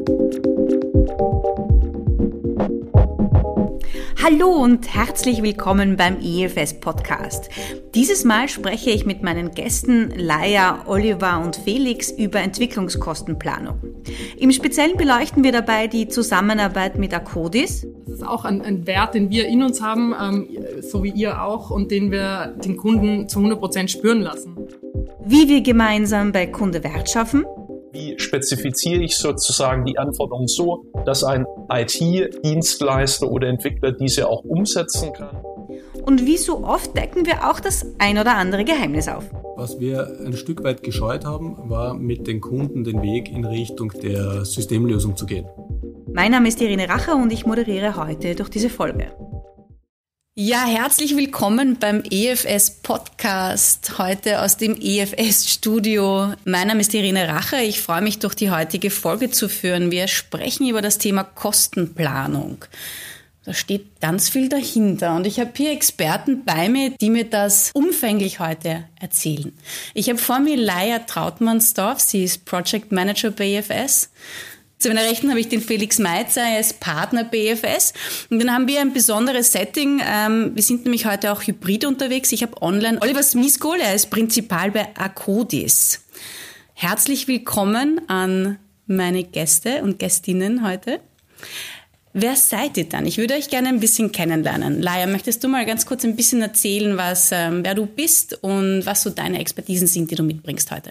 Hallo und herzlich willkommen beim EFS-Podcast. Dieses Mal spreche ich mit meinen Gästen Laia, Oliver und Felix über Entwicklungskostenplanung. Im Speziellen beleuchten wir dabei die Zusammenarbeit mit Akkodis. Das ist auch ein Wert, den wir in uns haben, so wie ihr auch, und den wir den Kunden zu 100% spüren lassen. Wie wir gemeinsam bei Kunde Wert schaffen. Wie spezifiziere ich sozusagen die Anforderungen so, dass ein IT-Dienstleister oder Entwickler diese auch umsetzen kann? Und wie so oft decken wir auch das ein oder andere Geheimnis auf. Was wir ein Stück weit gescheut haben, war mit den Kunden den Weg in Richtung der Systemlösung zu gehen. Mein Name ist Irene Racher und ich moderiere heute durch diese Folge. Ja, herzlich willkommen beim EFS-Podcast, heute aus dem EFS-Studio. Mein Name ist Irene Racher, ich freue mich, durch die heutige Folge zu führen. Wir sprechen über das Thema Kostenplanung. Da steht ganz viel dahinter und ich habe hier Experten bei mir, die mir das umfänglich heute erzählen. Ich habe vor mir Laia Trautmannsdorf, sie ist Project Manager bei EFS. Zu meiner Rechten habe ich den Felix Meitzer, er ist Partner bei EFS. Und dann haben wir ein besonderes Setting. Wir sind nämlich heute auch hybrid unterwegs. Ich habe online Oliver Smieskohl, er ist Prinzipal bei Akkodis. Herzlich willkommen an meine Gäste und Gästinnen heute. Wer seid ihr dann? Ich würde euch gerne ein bisschen kennenlernen. Laia, möchtest du mal ganz kurz ein bisschen erzählen, wer du bist und was so deine Expertisen sind, die du mitbringst heute?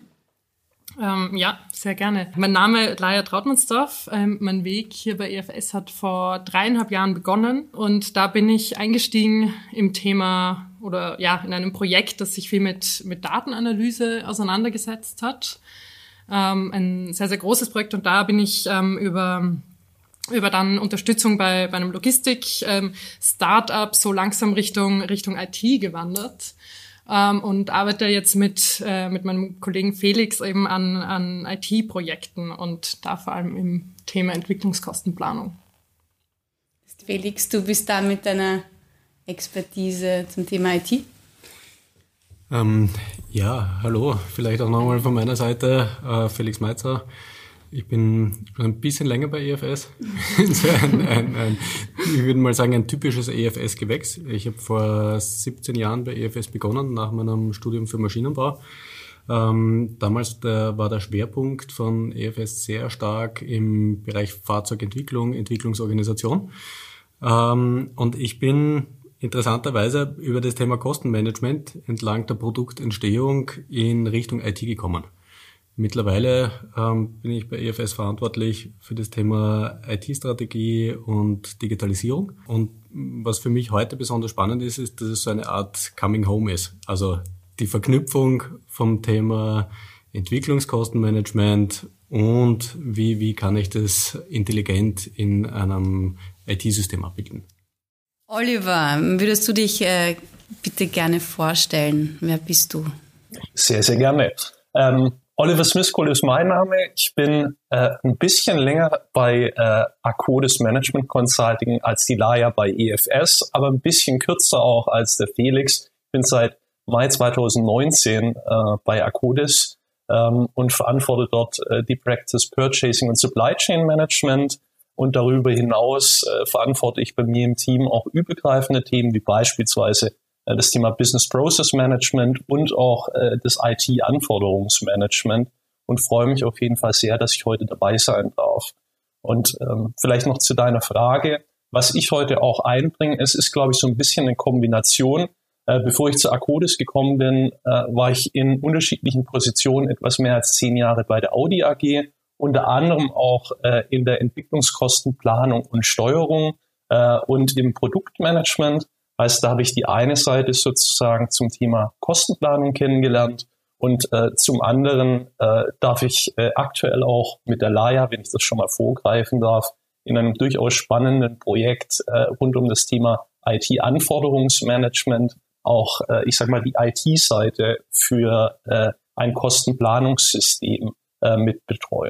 Ja, sehr gerne. Mein Name ist Laia Trautmannsdorf. Mein Weg hier bei EFS hat vor 3,5 Jahren begonnen und da bin ich eingestiegen im Thema oder ja in einem Projekt, das sich viel mit Datenanalyse auseinandergesetzt hat. Ein sehr, sehr großes Projekt und da bin ich über dann Unterstützung bei einem Logistik-Startup so langsam Richtung IT gewandert. Und arbeite jetzt mit meinem Kollegen Felix eben an IT-Projekten und da vor allem im Thema Entwicklungskostenplanung. Felix, du bist da mit deiner Expertise zum Thema IT? Ja, hallo, vielleicht auch nochmal von meiner Seite, Felix Meitzer. Ich bin schon ein bisschen länger bei EFS. Ich würde mal sagen, ein typisches EFS-Gewächs. Ich habe vor 17 Jahren bei EFS begonnen, nach meinem Studium für Maschinenbau. Damals war der Schwerpunkt von EFS sehr stark im Bereich Fahrzeugentwicklung, Entwicklungsorganisation. Und ich bin interessanterweise über das Thema Kostenmanagement entlang der Produktentstehung in Richtung IT gekommen. Mittlerweile bin ich bei EFS verantwortlich für das Thema IT-Strategie und Digitalisierung. Und was für mich heute besonders spannend ist, dass es so eine Art Coming Home ist. Also die Verknüpfung vom Thema Entwicklungskostenmanagement und wie kann ich das intelligent in einem IT-System abbilden. Oliver, würdest du dich bitte gerne vorstellen? Wer bist du? Sehr, sehr gerne. Oliver Smieskohl ist mein Name. Ich bin ein bisschen länger bei Akkodis Management Consulting als die Laia bei EFS, aber ein bisschen kürzer auch als der Felix. Ich bin seit Mai 2019 bei Akkodis und verantworte dort die Practice Purchasing und Supply Chain Management. Und darüber hinaus verantworte ich bei mir im Team auch übergreifende Themen wie beispielsweise das Thema Business Process Management und auch das IT-Anforderungsmanagement und freue mich auf jeden Fall sehr, dass ich heute dabei sein darf. Und vielleicht noch zu deiner Frage, was ich heute auch einbringe, es ist, glaube ich, so ein bisschen eine Kombination. Bevor ich zu Akkodis gekommen bin, war ich in unterschiedlichen Positionen etwas mehr als 10 Jahre bei der Audi AG, unter anderem auch in der Entwicklungskostenplanung und Steuerung und im Produktmanagement. Also da habe ich die eine Seite sozusagen zum Thema Kostenplanung kennengelernt und zum anderen darf ich aktuell auch mit der Laia, wenn ich das schon mal vorgreifen darf, in einem durchaus spannenden Projekt rund um das Thema IT-Anforderungsmanagement auch, ich sag mal, die IT-Seite für ein Kostenplanungssystem mit betreuen.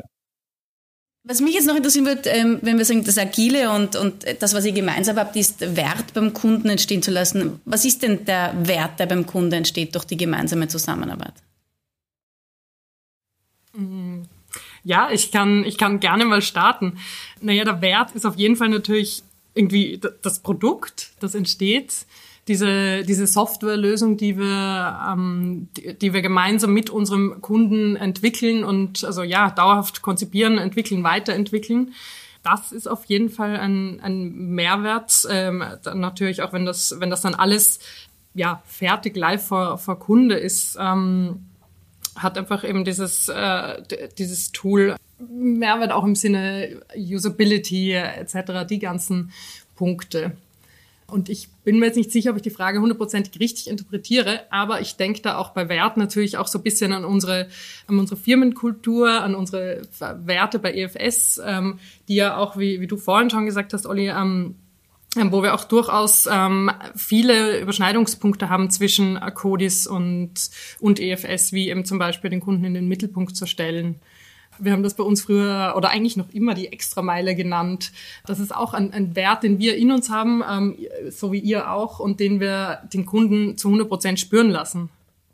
Was mich jetzt noch interessieren wird, wenn wir sagen, das Agile und das, was ihr gemeinsam habt, ist Wert beim Kunden entstehen zu lassen. Was ist denn der Wert, der beim Kunden entsteht durch die gemeinsame Zusammenarbeit? Ja, ich kann gerne mal starten. Naja, der Wert ist auf jeden Fall natürlich irgendwie das Produkt, das entsteht. Diese Softwarelösung, die wir gemeinsam mit unserem Kunden entwickeln und also ja, dauerhaft konzipieren, entwickeln, weiterentwickeln. Das ist auf jeden Fall ein Mehrwert. Dann natürlich auch, wenn das dann alles ja fertig live vor Kunde ist, hat einfach eben dieses Tool Mehrwert auch im Sinne Usability etc., die ganzen Punkte. Und ich bin mir jetzt nicht sicher, ob ich die Frage 100% richtig interpretiere, aber ich denke da auch bei Wert natürlich auch so ein bisschen an unsere Firmenkultur, an unsere Werte bei EFS, die ja auch, wie du vorhin schon gesagt hast, Olli, wo wir auch durchaus viele Überschneidungspunkte haben zwischen Akkodis und EFS, wie eben zum Beispiel den Kunden in den Mittelpunkt zu stellen. Wir haben das bei uns früher oder eigentlich noch immer die Extrameile genannt. Das ist auch ein Wert, den wir in uns haben, so wie ihr auch, und den wir den Kunden zu 100% spüren lassen.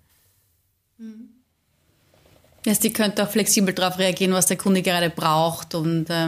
Die könnte auch flexibel darauf reagieren, was der Kunde gerade braucht und da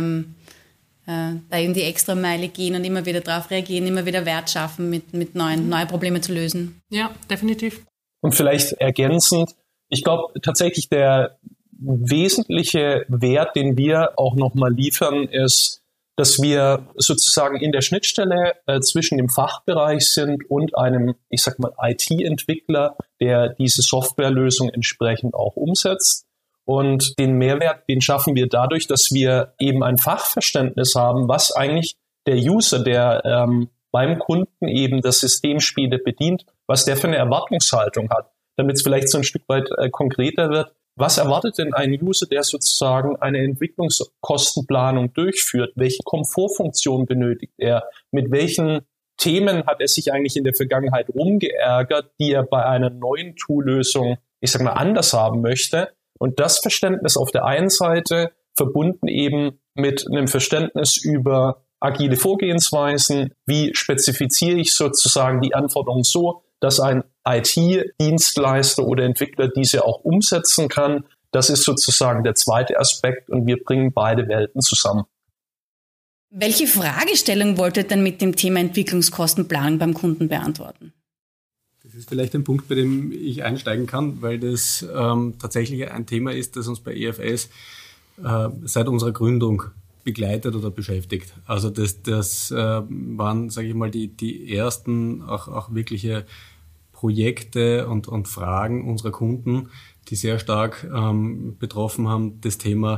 eben die Extrameile gehen und immer wieder darauf reagieren, immer wieder Wert schaffen, mit neue Probleme zu lösen. Ja, definitiv. Und vielleicht ergänzend, ich glaube tatsächlich der wesentliche Wert, den wir auch nochmal liefern, ist, dass wir sozusagen in der Schnittstelle zwischen dem Fachbereich sind und einem, ich sag mal, IT-Entwickler, der diese Softwarelösung entsprechend auch umsetzt. Und den Mehrwert, den schaffen wir dadurch, dass wir eben ein Fachverständnis haben, was eigentlich der User, der beim Kunden eben das System später bedient, was der für eine Erwartungshaltung hat. Damit es vielleicht so ein Stück weit konkreter wird. Was erwartet denn ein User, der sozusagen eine Entwicklungskostenplanung durchführt? Welche Komfortfunktion benötigt er? Mit welchen Themen hat er sich eigentlich in der Vergangenheit rumgeärgert, die er bei einer neuen Toollösung, ich sag mal, anders haben möchte? Und das Verständnis auf der einen Seite verbunden eben mit einem Verständnis über agile Vorgehensweisen. Wie spezifiziere ich sozusagen die Anforderungen so, dass ein IT-Dienstleister oder Entwickler diese auch umsetzen kann. Das ist sozusagen der zweite Aspekt und wir bringen beide Welten zusammen. Welche Fragestellung wollt ihr denn mit dem Thema Entwicklungskostenplanung beim Kunden beantworten? Das ist vielleicht ein Punkt, bei dem ich einsteigen kann, weil das tatsächlich ein Thema ist, das uns bei EFS seit unserer Gründung begleitet oder beschäftigt. Also das waren, sage ich mal, die ersten auch wirkliche Projekte und Fragen unserer Kunden, die sehr stark betroffen haben, das Thema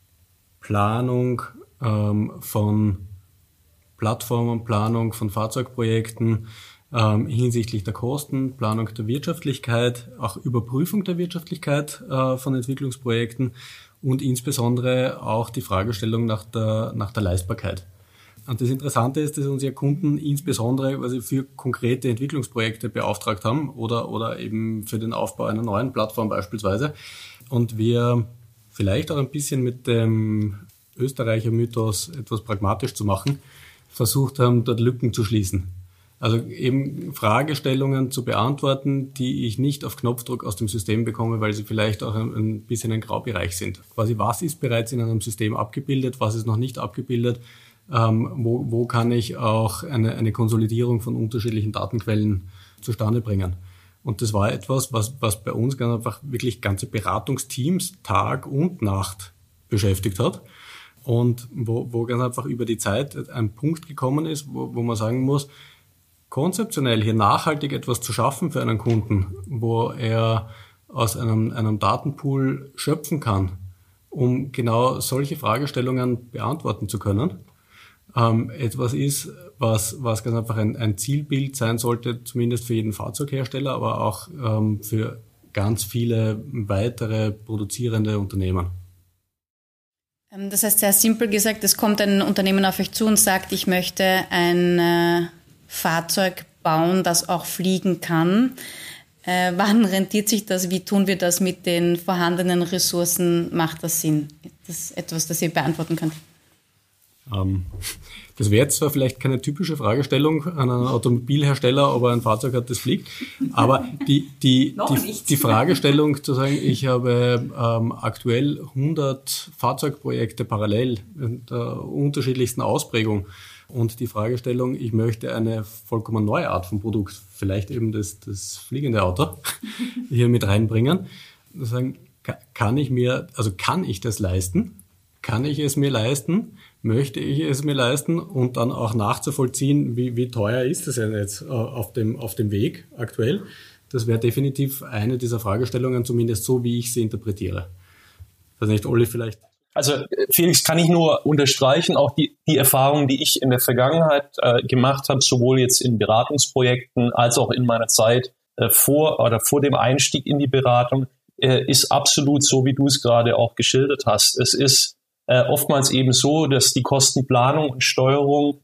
Planung von Plattformen, Planung von Fahrzeugprojekten hinsichtlich der Kosten, Planung der Wirtschaftlichkeit, auch Überprüfung der Wirtschaftlichkeit von Entwicklungsprojekten und insbesondere auch die Fragestellung nach der Leistbarkeit. Und das Interessante ist, dass unsere Kunden insbesondere quasi für konkrete Entwicklungsprojekte beauftragt haben oder eben für den Aufbau einer neuen Plattform beispielsweise. Und wir vielleicht auch ein bisschen mit dem Österreicher Mythos etwas pragmatisch zu machen, versucht haben, dort Lücken zu schließen. Also eben Fragestellungen zu beantworten, die ich nicht auf Knopfdruck aus dem System bekomme, weil sie vielleicht auch ein bisschen ein Graubereich sind. Quasi, was ist bereits in einem System abgebildet, was ist noch nicht abgebildet, wo kann ich auch eine Konsolidierung von unterschiedlichen Datenquellen zustande bringen. Und das war etwas, was bei uns ganz einfach wirklich ganze Beratungsteams Tag und Nacht beschäftigt hat. Und wo ganz einfach über die Zeit ein Punkt gekommen ist, wo man sagen muss, konzeptionell hier nachhaltig etwas zu schaffen für einen Kunden, wo er aus einem Datenpool schöpfen kann, um genau solche Fragestellungen beantworten zu können, etwas ist, was ganz einfach ein Zielbild sein sollte, zumindest für jeden Fahrzeughersteller, aber auch für ganz viele weitere produzierende Unternehmen. Das heißt, sehr simpel gesagt, es kommt ein Unternehmen auf euch zu und sagt, ich möchte ein Fahrzeug bauen, das auch fliegen kann. Wann rentiert sich das? Wie tun wir das mit den vorhandenen Ressourcen? Macht das Sinn? Das ist etwas, das ihr beantworten könnt. Das wäre zwar vielleicht keine typische Fragestellung an einen Automobilhersteller, ob er ein Fahrzeug hat, das fliegt, aber die Fragestellung zu sagen, ich habe aktuell 100 Fahrzeugprojekte parallel in der unterschiedlichsten Ausprägung und die Fragestellung, ich möchte eine vollkommen neue Art von Produkt, vielleicht eben das fliegende Auto hier mit reinbringen, sagen, kann ich das leisten? Kann ich es mir leisten? Möchte ich es mir leisten? Und dann auch nachzuvollziehen, wie teuer ist es denn jetzt auf dem Weg aktuell? Das wäre definitiv eine dieser Fragestellungen, zumindest so, wie ich sie interpretiere. Ich weiß nicht, Olli, vielleicht. Also Felix, kann ich nur unterstreichen, auch die Erfahrungen, die ich in der Vergangenheit gemacht habe, sowohl jetzt in Beratungsprojekten als auch in meiner Zeit vor dem Einstieg in die Beratung, ist absolut so, wie du es gerade auch geschildert hast. Es ist oftmals eben so, dass die Kostenplanung und Steuerung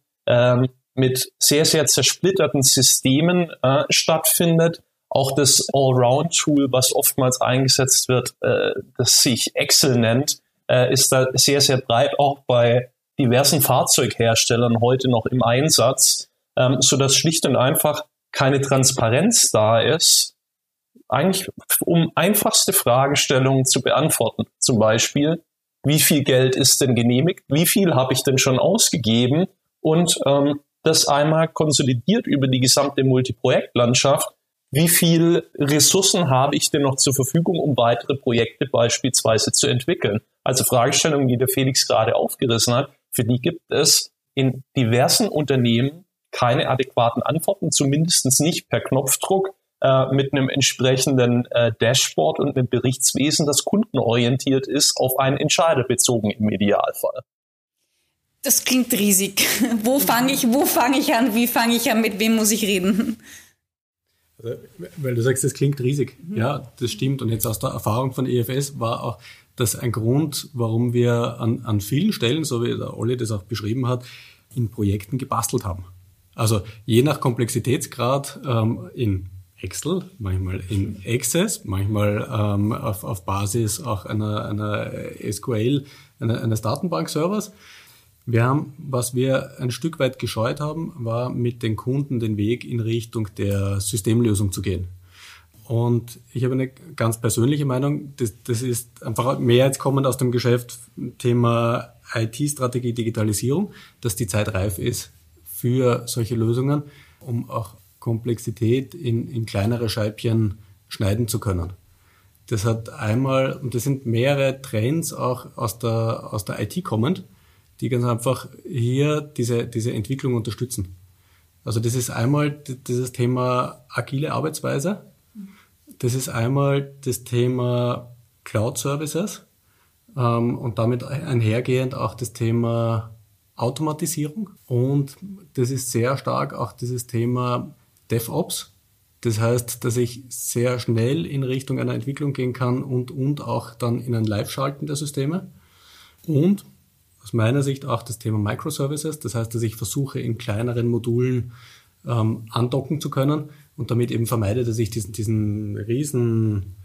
mit sehr, sehr zersplitterten Systemen stattfindet. Auch das Allround-Tool, was oftmals eingesetzt wird, das sich Excel nennt, ist da sehr, sehr breit auch bei diversen Fahrzeugherstellern heute noch im Einsatz, sodass schlicht und einfach keine Transparenz da ist, eigentlich um einfachste Fragestellungen zu beantworten. Zum Beispiel, wie viel Geld ist denn genehmigt? Wie viel habe ich denn schon ausgegeben? Und das einmal konsolidiert über die gesamte Multiprojektlandschaft. Wie viel Ressourcen habe ich denn noch zur Verfügung, um weitere Projekte beispielsweise zu entwickeln? Also Fragestellungen, die der Felix gerade aufgerissen hat, für die gibt es in diversen Unternehmen keine adäquaten Antworten, zumindest nicht per Knopfdruck, mit einem entsprechenden Dashboard und einem Berichtswesen, das kundenorientiert ist, auf einen Entscheider bezogen im Idealfall. Das klingt riesig. Wo fange ich an? Wie fange ich an? Mit wem muss ich reden? Also, weil du sagst, das klingt riesig. Ja, das stimmt. Und jetzt aus der Erfahrung von EFS war auch das ein Grund, warum wir an vielen Stellen, so wie der Olli das auch beschrieben hat, in Projekten gebastelt haben. Also je nach Komplexitätsgrad in Excel, manchmal in Access, manchmal auf Basis auch einer SQL, eines Datenbankservers. Was wir ein Stück weit gescheut haben, war mit den Kunden den Weg in Richtung der Systemlösung zu gehen. Und ich habe eine ganz persönliche Meinung, das ist einfach mehr jetzt kommend aus dem Geschäft, Thema IT-Strategie, Digitalisierung, dass die Zeit reif ist für solche Lösungen, um auch Komplexität in kleinere Scheibchen schneiden zu können. Das hat einmal, und das sind mehrere Trends auch aus der IT kommend, die ganz einfach hier diese Entwicklung unterstützen. Also das ist einmal dieses Thema agile Arbeitsweise, das ist einmal das Thema Cloud Services und damit einhergehend auch das Thema Automatisierung und das ist sehr stark auch dieses Thema DevOps. Das heißt, dass ich sehr schnell in Richtung einer Entwicklung gehen kann und auch dann in ein Live-Schalten der Systeme. Und aus meiner Sicht auch das Thema Microservices. Das heißt, dass ich versuche, in kleineren Modulen andocken zu können und damit eben vermeide, dass ich diesen riesen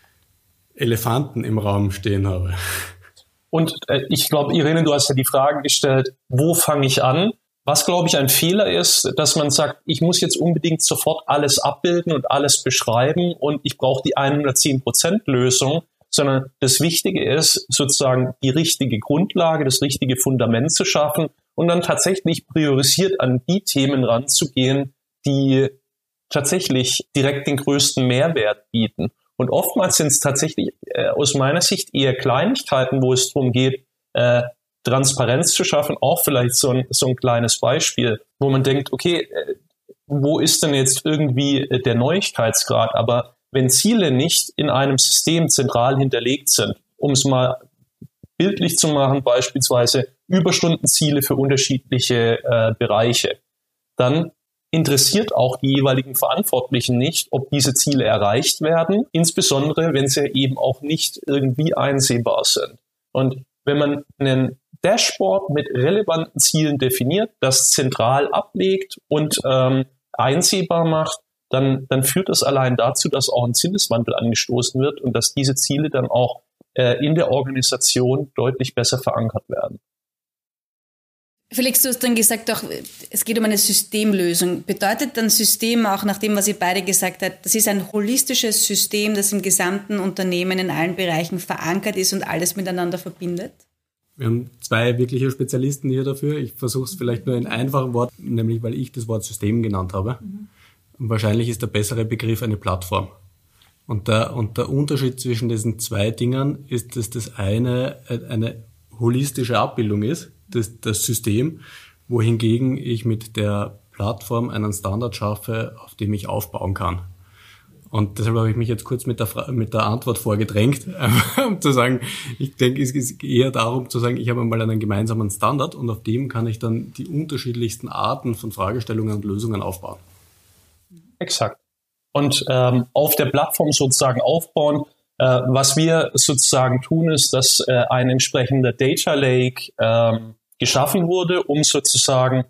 Elefanten im Raum stehen habe. Und ich glaube, Irene, du hast ja die Frage gestellt, wo fange ich an? Was, glaube ich, ein Fehler ist, dass man sagt, ich muss jetzt unbedingt sofort alles abbilden und alles beschreiben und ich brauche die 110%-Lösung, sondern das Wichtige ist, sozusagen die richtige Grundlage, das richtige Fundament zu schaffen und dann tatsächlich priorisiert an die Themen ranzugehen, die tatsächlich direkt den größten Mehrwert bieten. Und oftmals sind es tatsächlich aus meiner Sicht eher Kleinigkeiten, wo es darum geht, Transparenz zu schaffen, auch vielleicht so ein kleines Beispiel, wo man denkt, okay, wo ist denn jetzt irgendwie der Neuigkeitsgrad? Aber wenn Ziele nicht in einem System zentral hinterlegt sind, um es mal bildlich zu machen, beispielsweise Überstundenziele für unterschiedliche Bereiche, dann interessiert auch die jeweiligen Verantwortlichen nicht, ob diese Ziele erreicht werden, insbesondere wenn sie eben auch nicht irgendwie einsehbar sind. Und wenn man einen Dashboard mit relevanten Zielen definiert, das zentral ablegt und einsehbar macht, dann führt das allein dazu, dass auch ein Sinneswandel angestoßen wird und dass diese Ziele dann auch in der Organisation deutlich besser verankert werden. Felix, du hast dann gesagt, auch, es geht um eine Systemlösung. Bedeutet dann System auch, nach dem, was ihr beide gesagt habt, das ist ein holistisches System, das im gesamten Unternehmen in allen Bereichen verankert ist und alles miteinander verbindet? Wir haben 2 wirkliche Spezialisten hier dafür. Ich versuche es vielleicht nur in einfachen Worten, nämlich weil ich das Wort System genannt habe. Und wahrscheinlich ist der bessere Begriff eine Plattform. Und der Unterschied zwischen diesen 2 Dingen ist, dass das eine holistische Abbildung ist, das System, wohingegen ich mit der Plattform einen Standard schaffe, auf dem ich aufbauen kann. Und deshalb habe ich mich jetzt kurz mit der Antwort vorgedrängt, um zu sagen, ich denke, es ist eher darum zu sagen, ich habe mal einen gemeinsamen Standard und auf dem kann ich dann die unterschiedlichsten Arten von Fragestellungen und Lösungen aufbauen. Exakt. Und auf der Plattform sozusagen aufbauen. Was wir sozusagen tun, ist, dass ein entsprechender Data Lake geschaffen wurde, um sozusagen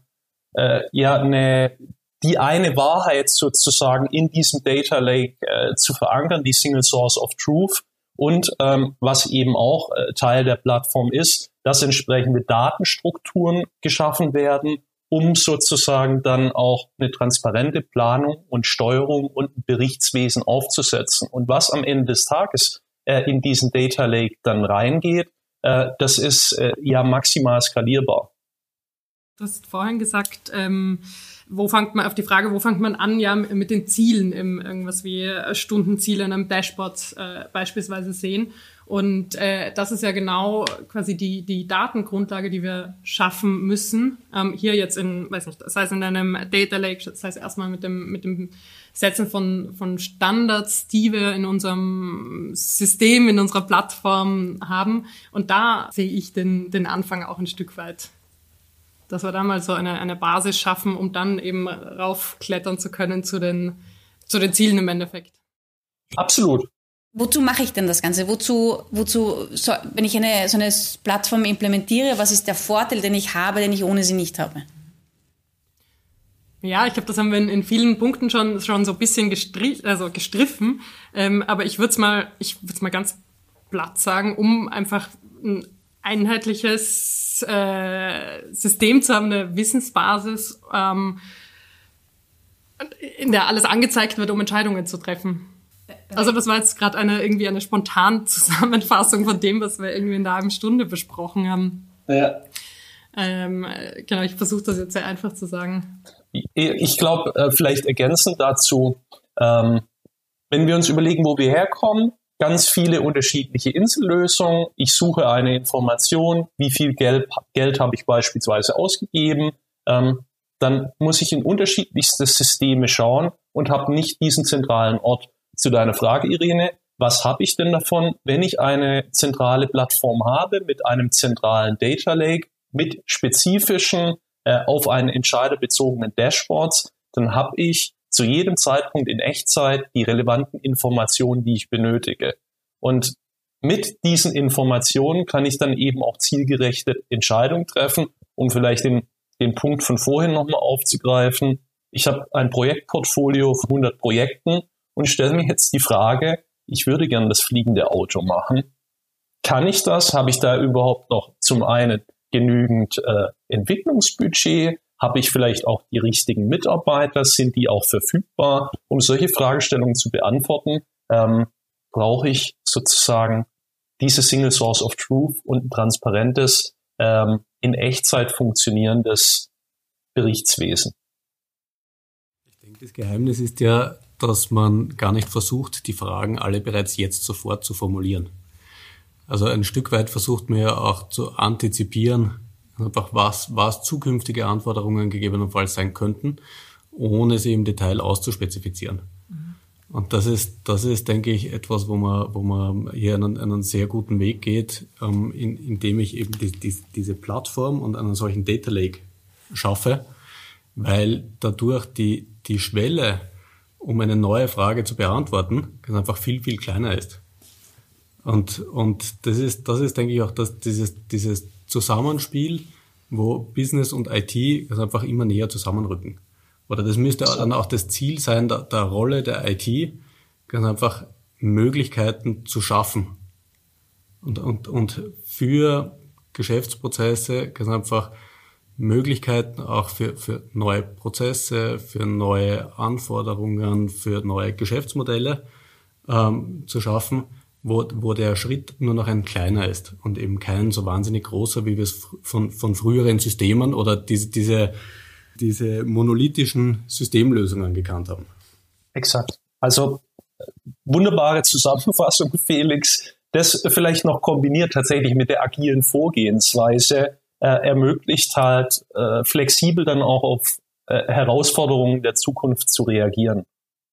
die eine Wahrheit sozusagen in diesem Data Lake zu verankern, die Single Source of Truth. Und was eben auch Teil der Plattform ist, dass entsprechende Datenstrukturen geschaffen werden, um sozusagen dann auch eine transparente Planung und Steuerung und ein Berichtswesen aufzusetzen. Und was am Ende des Tages in diesen Data Lake dann reingeht, das ist maximal skalierbar. Du hast vorhin gesagt, wo fängt man an, ja, mit den Zielen im irgendwas wie Stundenziele in einem Dashboard beispielsweise sehen. Und das ist ja genau quasi die Datengrundlage, die wir schaffen müssen. Hier jetzt das heißt in einem Data Lake, das heißt erstmal mit dem Setzen von Standards, die wir in unserem System, in unserer Plattform haben. Und da sehe ich den Anfang auch ein Stück weit. Dass wir da mal so eine Basis schaffen, um dann eben raufklettern zu können zu den Zielen im Endeffekt. Absolut. Wozu mache ich denn das Ganze? Wenn ich so eine Plattform implementiere, was ist der Vorteil, den ich habe, den ich ohne sie nicht habe? Ja, ich glaube, das haben wir in vielen Punkten schon so ein bisschen gestriffen. Aber ich würde es mal ganz platt sagen, um einfach ein einheitliches System zu haben, eine Wissensbasis, in der alles angezeigt wird, um Entscheidungen zu treffen. Also das war jetzt gerade eine spontane Zusammenfassung von dem, was wir irgendwie in der halben Stunde besprochen haben. Ja. Genau, ich versuche das jetzt sehr einfach zu sagen. Ich glaube, vielleicht ergänzend dazu, wenn wir uns überlegen, wo wir herkommen, ganz viele unterschiedliche Insellösungen. Ich suche eine Information, wie viel Geld habe ich beispielsweise ausgegeben. Dann muss ich in unterschiedlichste Systeme schauen und habe nicht diesen zentralen Ort. Zu deiner Frage, Irene, was habe ich denn davon, wenn ich eine zentrale Plattform habe mit einem zentralen Data Lake, mit spezifischen, auf einen Entscheider bezogenen Dashboards, dann habe ich zu jedem Zeitpunkt in Echtzeit die relevanten Informationen, die ich benötige. Und mit diesen Informationen kann ich dann eben auch zielgerichtet Entscheidungen treffen, um vielleicht den Punkt von vorhin nochmal aufzugreifen. Ich habe ein Projektportfolio von 100 Projekten und stelle mir jetzt die Frage, ich würde gern das fliegende Auto machen. Kann ich das? Habe ich da überhaupt noch zum einen genügend Entwicklungsbudget? Habe ich vielleicht auch die richtigen Mitarbeiter? Sind die auch verfügbar? Um solche Fragestellungen zu beantworten, brauche ich sozusagen diese Single Source of Truth und ein transparentes, in Echtzeit funktionierendes Berichtswesen. Ich denke, das Geheimnis ist ja, dass man gar nicht versucht, die Fragen alle bereits jetzt sofort zu formulieren. Also ein Stück weit versucht man ja auch zu antizipieren, einfach was zukünftige Anforderungen gegebenenfalls sein könnten, ohne sie im Detail auszuspezifizieren. Mhm. Und das ist, denke ich, etwas, wo man hier einen sehr guten Weg geht, indem ich eben diese Plattform und einen solchen Data Lake schaffe, weil dadurch die Schwelle, um eine neue Frage zu beantworten, einfach viel, viel kleiner ist. Und das ist, denke ich, auch dieses Zusammenspiel, wo Business und IT einfach immer näher zusammenrücken. Oder das müsste dann auch das Ziel sein, der Rolle der IT, ganz einfach Möglichkeiten zu schaffen. Und für Geschäftsprozesse ganz einfach Möglichkeiten auch für neue Prozesse, für neue Anforderungen, für neue Geschäftsmodelle zu schaffen, wo der Schritt nur noch ein kleiner ist und eben kein so wahnsinnig großer, wie wir es von früheren Systemen oder diese monolithischen Systemlösungen gekannt haben. Exakt. Also wunderbare Zusammenfassung, Felix. Das vielleicht noch kombiniert tatsächlich mit der agilen Vorgehensweise ermöglicht halt flexibel dann auch auf Herausforderungen der Zukunft zu reagieren.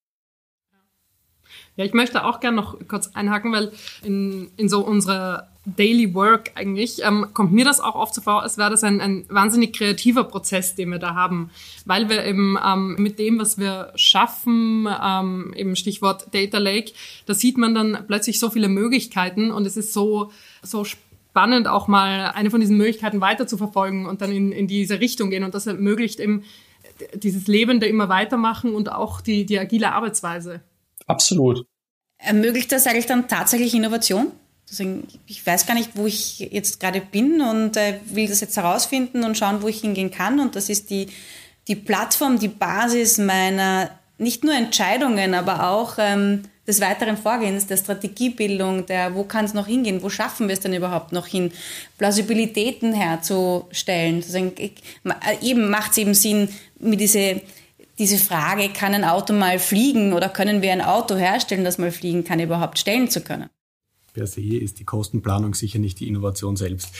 Ja, ich möchte auch gerne noch kurz einhaken, weil in so unserer Daily Work eigentlich kommt mir das auch oft so vor, als wäre das ein wahnsinnig kreativer Prozess, den wir da haben, weil wir eben mit dem, was wir schaffen, eben Stichwort Data Lake, da sieht man dann plötzlich so viele Möglichkeiten und es ist so spannend, auch mal eine von diesen Möglichkeiten weiter zu verfolgen und dann in diese Richtung gehen und das ermöglicht eben dieses Lebende immer weitermachen und auch die agile Arbeitsweise. Absolut. Ermöglicht das eigentlich dann tatsächlich Innovation? Deswegen, ich weiß gar nicht, wo ich jetzt gerade bin und will das jetzt herausfinden und schauen, wo ich hingehen kann. Und das ist die Plattform, die Basis meiner nicht nur Entscheidungen, aber auch des weiteren Vorgehens, der Strategiebildung, wo kann es noch hingehen, wo schaffen wir es denn überhaupt noch hin, Plausibilitäten herzustellen. Deswegen, eben macht es eben Sinn, mit diese Frage, kann ein Auto mal fliegen oder können wir ein Auto herstellen, das mal fliegen kann, überhaupt stellen zu können? Per se ist die Kostenplanung sicher nicht die Innovation selbst.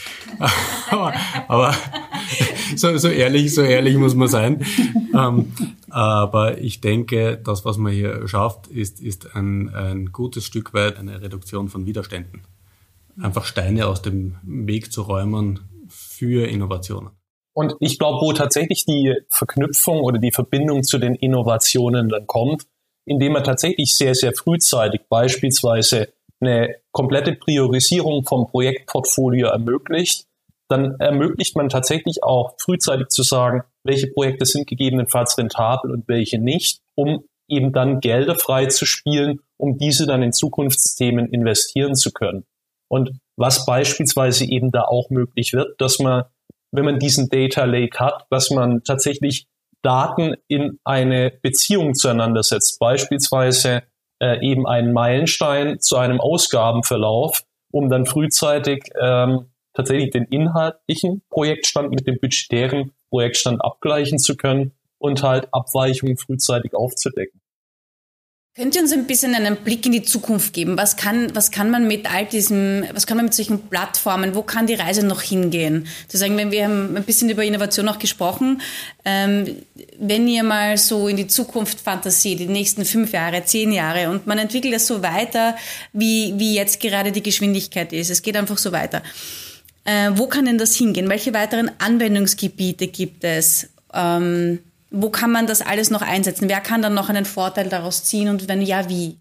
aber so ehrlich muss man sein. Aber ich denke, das, was man hier schafft, ist ein gutes Stück weit eine Reduktion von Widerständen. Einfach Steine aus dem Weg zu räumen für Innovationen. Und ich glaube, wo tatsächlich die Verknüpfung oder die Verbindung zu den Innovationen dann kommt, indem man tatsächlich sehr, sehr frühzeitig beispielsweise eine komplette Priorisierung vom Projektportfolio ermöglicht, dann ermöglicht man tatsächlich auch frühzeitig zu sagen, welche Projekte sind gegebenenfalls rentabel und welche nicht, um eben dann Gelder frei zu spielen, um diese dann in Zukunftsthemen investieren zu können. Und was beispielsweise eben da auch möglich wird, dass man, wenn man diesen Data Lake hat, dass man tatsächlich Daten in eine Beziehung zueinander setzt, beispielsweise eben einen Meilenstein zu einem Ausgabenverlauf, um dann frühzeitig tatsächlich den inhaltlichen Projektstand mit dem budgetären Projektstand abgleichen zu können und halt Abweichungen frühzeitig aufzudecken. Könnt ihr uns ein bisschen einen Blick in die Zukunft geben? Was kann man mit solchen Plattformen, wo kann die Reise noch hingehen? Wir haben ein bisschen über Innovation auch gesprochen. Wenn ihr mal so in die Zukunft fantasiert, die nächsten 5 Jahre, 10 Jahre und man entwickelt das so weiter, wie jetzt gerade die Geschwindigkeit ist. Es geht einfach so weiter. Wo kann denn das hingehen? Welche weiteren Anwendungsgebiete gibt es? Wo kann man das alles noch einsetzen? Wer kann dann noch einen Vorteil daraus ziehen und wenn ja, wie?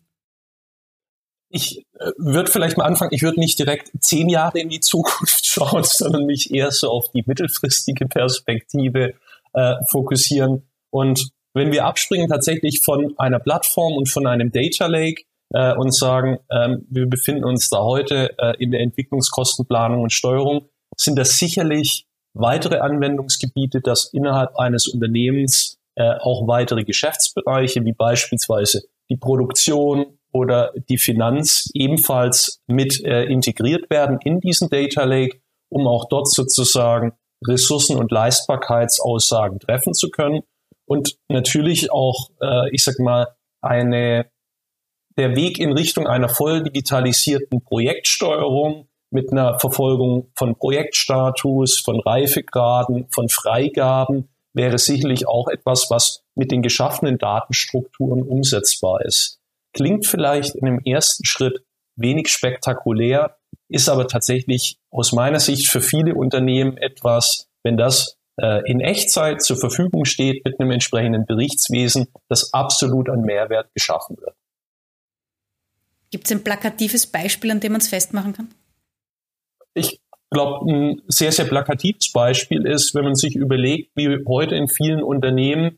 Ich würde vielleicht mal anfangen, ich würde nicht direkt 10 Jahre in die Zukunft schauen, sondern mich eher so auf die mittelfristige Perspektive fokussieren. Und wenn wir abspringen tatsächlich von einer Plattform und von einem Data Lake und sagen, wir befinden uns da heute in der Entwicklungskostenplanung und Steuerung, sind das sicherlich weitere Anwendungsgebiete, dass innerhalb eines Unternehmens auch weitere Geschäftsbereiche wie beispielsweise die Produktion oder die Finanz ebenfalls mit integriert werden in diesen Data Lake, um auch dort sozusagen Ressourcen- und Leistbarkeitsaussagen treffen zu können. Und natürlich auch, der Weg in Richtung einer voll digitalisierten Projektsteuerung mit einer Verfolgung von Projektstatus, von Reifegraden, von Freigaben wäre sicherlich auch etwas, was mit den geschaffenen Datenstrukturen umsetzbar ist. Klingt vielleicht in dem ersten Schritt wenig spektakulär, ist aber tatsächlich aus meiner Sicht für viele Unternehmen etwas, wenn das in Echtzeit zur Verfügung steht mit einem entsprechenden Berichtswesen, das absolut an Mehrwert geschaffen wird. Gibt es ein plakatives Beispiel, an dem man es festmachen kann? Ich glaube, ein sehr, sehr plakatives Beispiel ist, wenn man sich überlegt, wie heute in vielen Unternehmen,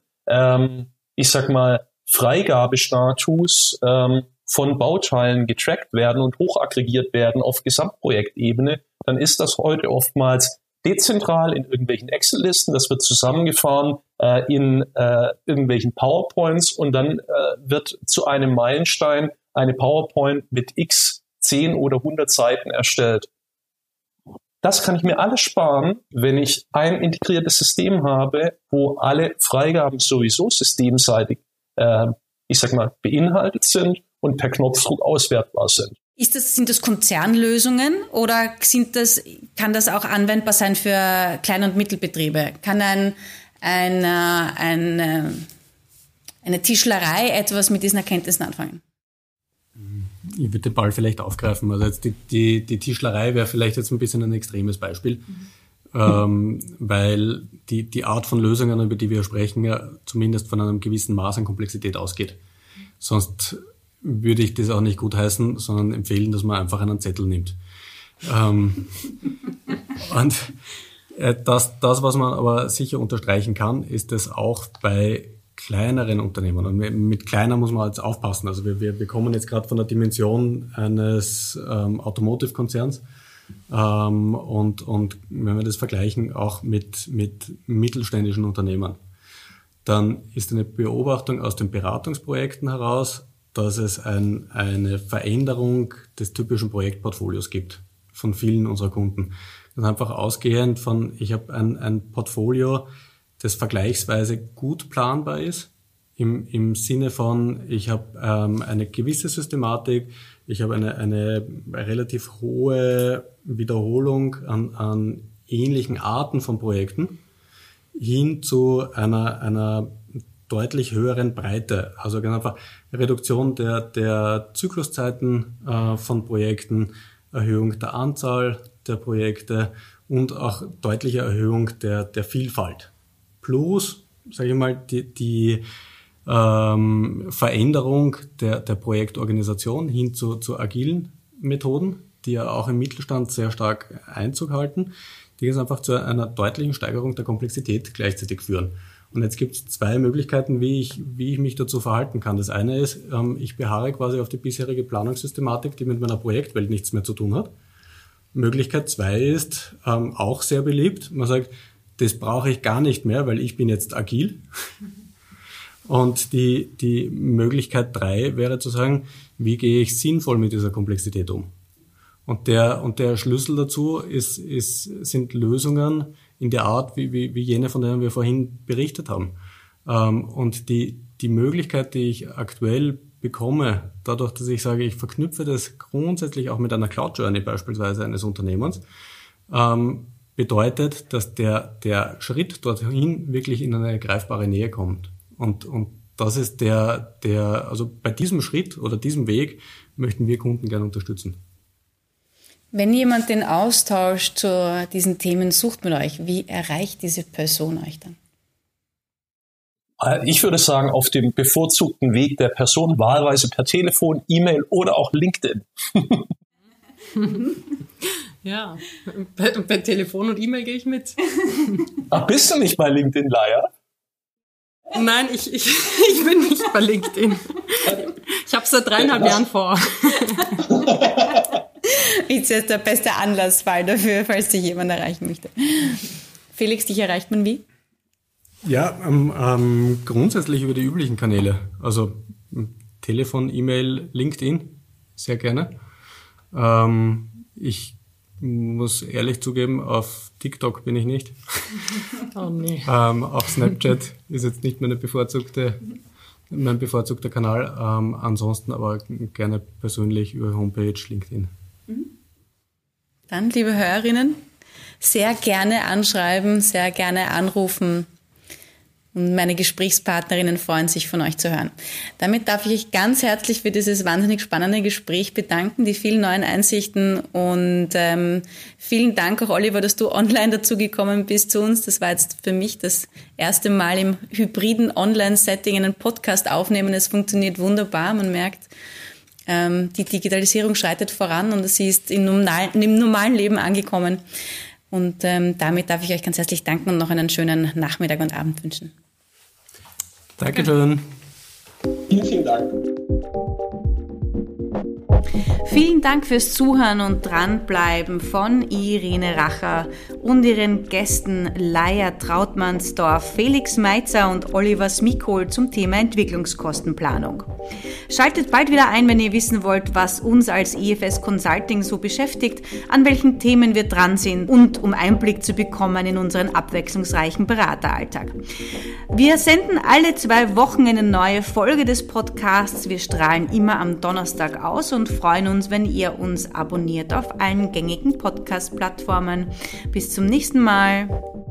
Freigabestatus von Bauteilen getrackt werden und hochaggregiert werden auf Gesamtprojektebene, dann ist das heute oftmals dezentral in irgendwelchen Excel-Listen, das wird zusammengefahren in irgendwelchen PowerPoints und dann wird zu einem Meilenstein eine PowerPoint mit x 10 oder 100 Seiten erstellt. Das kann ich mir alles sparen, wenn ich ein integriertes System habe, wo alle Freigaben sowieso systemseitig, beinhaltet sind und per Knopfdruck auswertbar sind. Sind das Konzernlösungen oder kann das auch anwendbar sein für Klein- und Mittelbetriebe? Kann eine Tischlerei etwas mit diesen Erkenntnissen anfangen? Ich würde den Ball vielleicht aufgreifen. Also jetzt die Tischlerei wäre vielleicht jetzt ein bisschen ein extremes Beispiel, weil die Art von Lösungen, über die wir sprechen, ja zumindest von einem gewissen Maß an Komplexität ausgeht. Sonst würde ich das auch nicht gut heißen, sondern empfehlen, dass man einfach einen Zettel nimmt. Und das, was man aber sicher unterstreichen kann, ist es auch bei kleineren Unternehmen. Und mit kleiner muss man jetzt aufpassen. Also wir kommen jetzt gerade von der Dimension eines Automotive-Konzerns und wenn wir das vergleichen auch mit mittelständischen Unternehmen, dann ist eine Beobachtung aus den Beratungsprojekten heraus, dass es eine Veränderung des typischen Projektportfolios gibt von vielen unserer Kunden. Das ist einfach ausgehend von, ich habe ein Portfolio, das vergleichsweise gut planbar ist, im Sinne von, ich habe eine gewisse Systematik, ich habe eine relativ hohe Wiederholung an ähnlichen Arten von Projekten, hin zu einer deutlich höheren Breite. Also ganz einfach Reduktion der Zykluszeiten von Projekten, Erhöhung der Anzahl der Projekte und auch deutliche Erhöhung der Vielfalt. Plus, sage ich mal, die Veränderung der Projektorganisation hin zu agilen Methoden, die ja auch im Mittelstand sehr stark Einzug halten, die jetzt einfach zu einer deutlichen Steigerung der Komplexität gleichzeitig führen. Und jetzt gibt es zwei Möglichkeiten, wie ich mich dazu verhalten kann. Das eine ist, ich beharre quasi auf die bisherige Planungssystematik, die mit meiner Projektwelt nichts mehr zu tun hat. Möglichkeit 2 ist auch sehr beliebt. Man sagt, das brauche ich gar nicht mehr, weil ich bin jetzt agil. Und die Möglichkeit 3 wäre zu sagen, wie gehe ich sinnvoll mit dieser Komplexität um? Und der Schlüssel dazu sind Lösungen in der Art, wie jene, von denen wir vorhin berichtet haben. Und die Möglichkeit, die ich aktuell bekomme, dadurch, dass ich sage, ich verknüpfe das grundsätzlich auch mit einer Cloud Journey beispielsweise eines Unternehmens, bedeutet, dass der Schritt dorthin wirklich in eine greifbare Nähe kommt. Und das ist also bei diesem Schritt oder diesem Weg möchten wir Kunden gerne unterstützen. Wenn jemand den Austausch zu diesen Themen sucht mit euch, wie erreicht diese Person euch dann? Ich würde sagen, auf dem bevorzugten Weg der Person, wahlweise per Telefon, E-Mail oder auch LinkedIn. Ja, bei Telefon und E-Mail gehe ich mit. Ach, bist du nicht bei LinkedIn, Laia? Nein, ich bin nicht bei LinkedIn. Ich habe es seit 3,5 Jahren vor. Ist jetzt der beste Anlassfall dafür, falls dich jemand erreichen möchte. Felix, dich erreicht man wie? Ja, grundsätzlich über die üblichen Kanäle. Also Telefon, E-Mail, LinkedIn, sehr gerne. Ich muss ehrlich zugeben, auf TikTok bin ich nicht. Oh nee. Auch Snapchat ist jetzt nicht mein bevorzugter Kanal. Ansonsten aber gerne persönlich über Homepage, LinkedIn. Dann, liebe Hörerinnen, sehr gerne anschreiben, sehr gerne anrufen. Und meine Gesprächspartnerinnen freuen sich, von euch zu hören. Damit darf ich euch ganz herzlich für dieses wahnsinnig spannende Gespräch bedanken, die vielen neuen Einsichten und vielen Dank auch, Oliver, dass du online dazugekommen bist zu uns. Das war jetzt für mich das erste Mal im hybriden Online-Setting einen Podcast aufnehmen. Es funktioniert wunderbar. Man merkt, die Digitalisierung schreitet voran und sie ist im normalen Leben angekommen. Und damit darf ich euch ganz herzlich danken und noch einen schönen Nachmittag und Abend wünschen. Dankeschön. Vielen, vielen Dank. Vielen Dank fürs Zuhören und Dranbleiben von Irene Racher und ihren Gästen Laia Trautmannsdorf, Felix Meitzer und Oliver Smikol zum Thema Entwicklungskostenplanung. Schaltet bald wieder ein, wenn ihr wissen wollt, was uns als IFS Consulting so beschäftigt, an welchen Themen wir dran sind und um Einblick zu bekommen in unseren abwechslungsreichen Berateralltag. Wir senden alle 2 Wochen eine neue Folge des Podcasts. Wir strahlen immer am Donnerstag aus und freuen uns, wenn ihr uns abonniert auf allen gängigen Podcast-Plattformen. Bis zum nächsten Mal.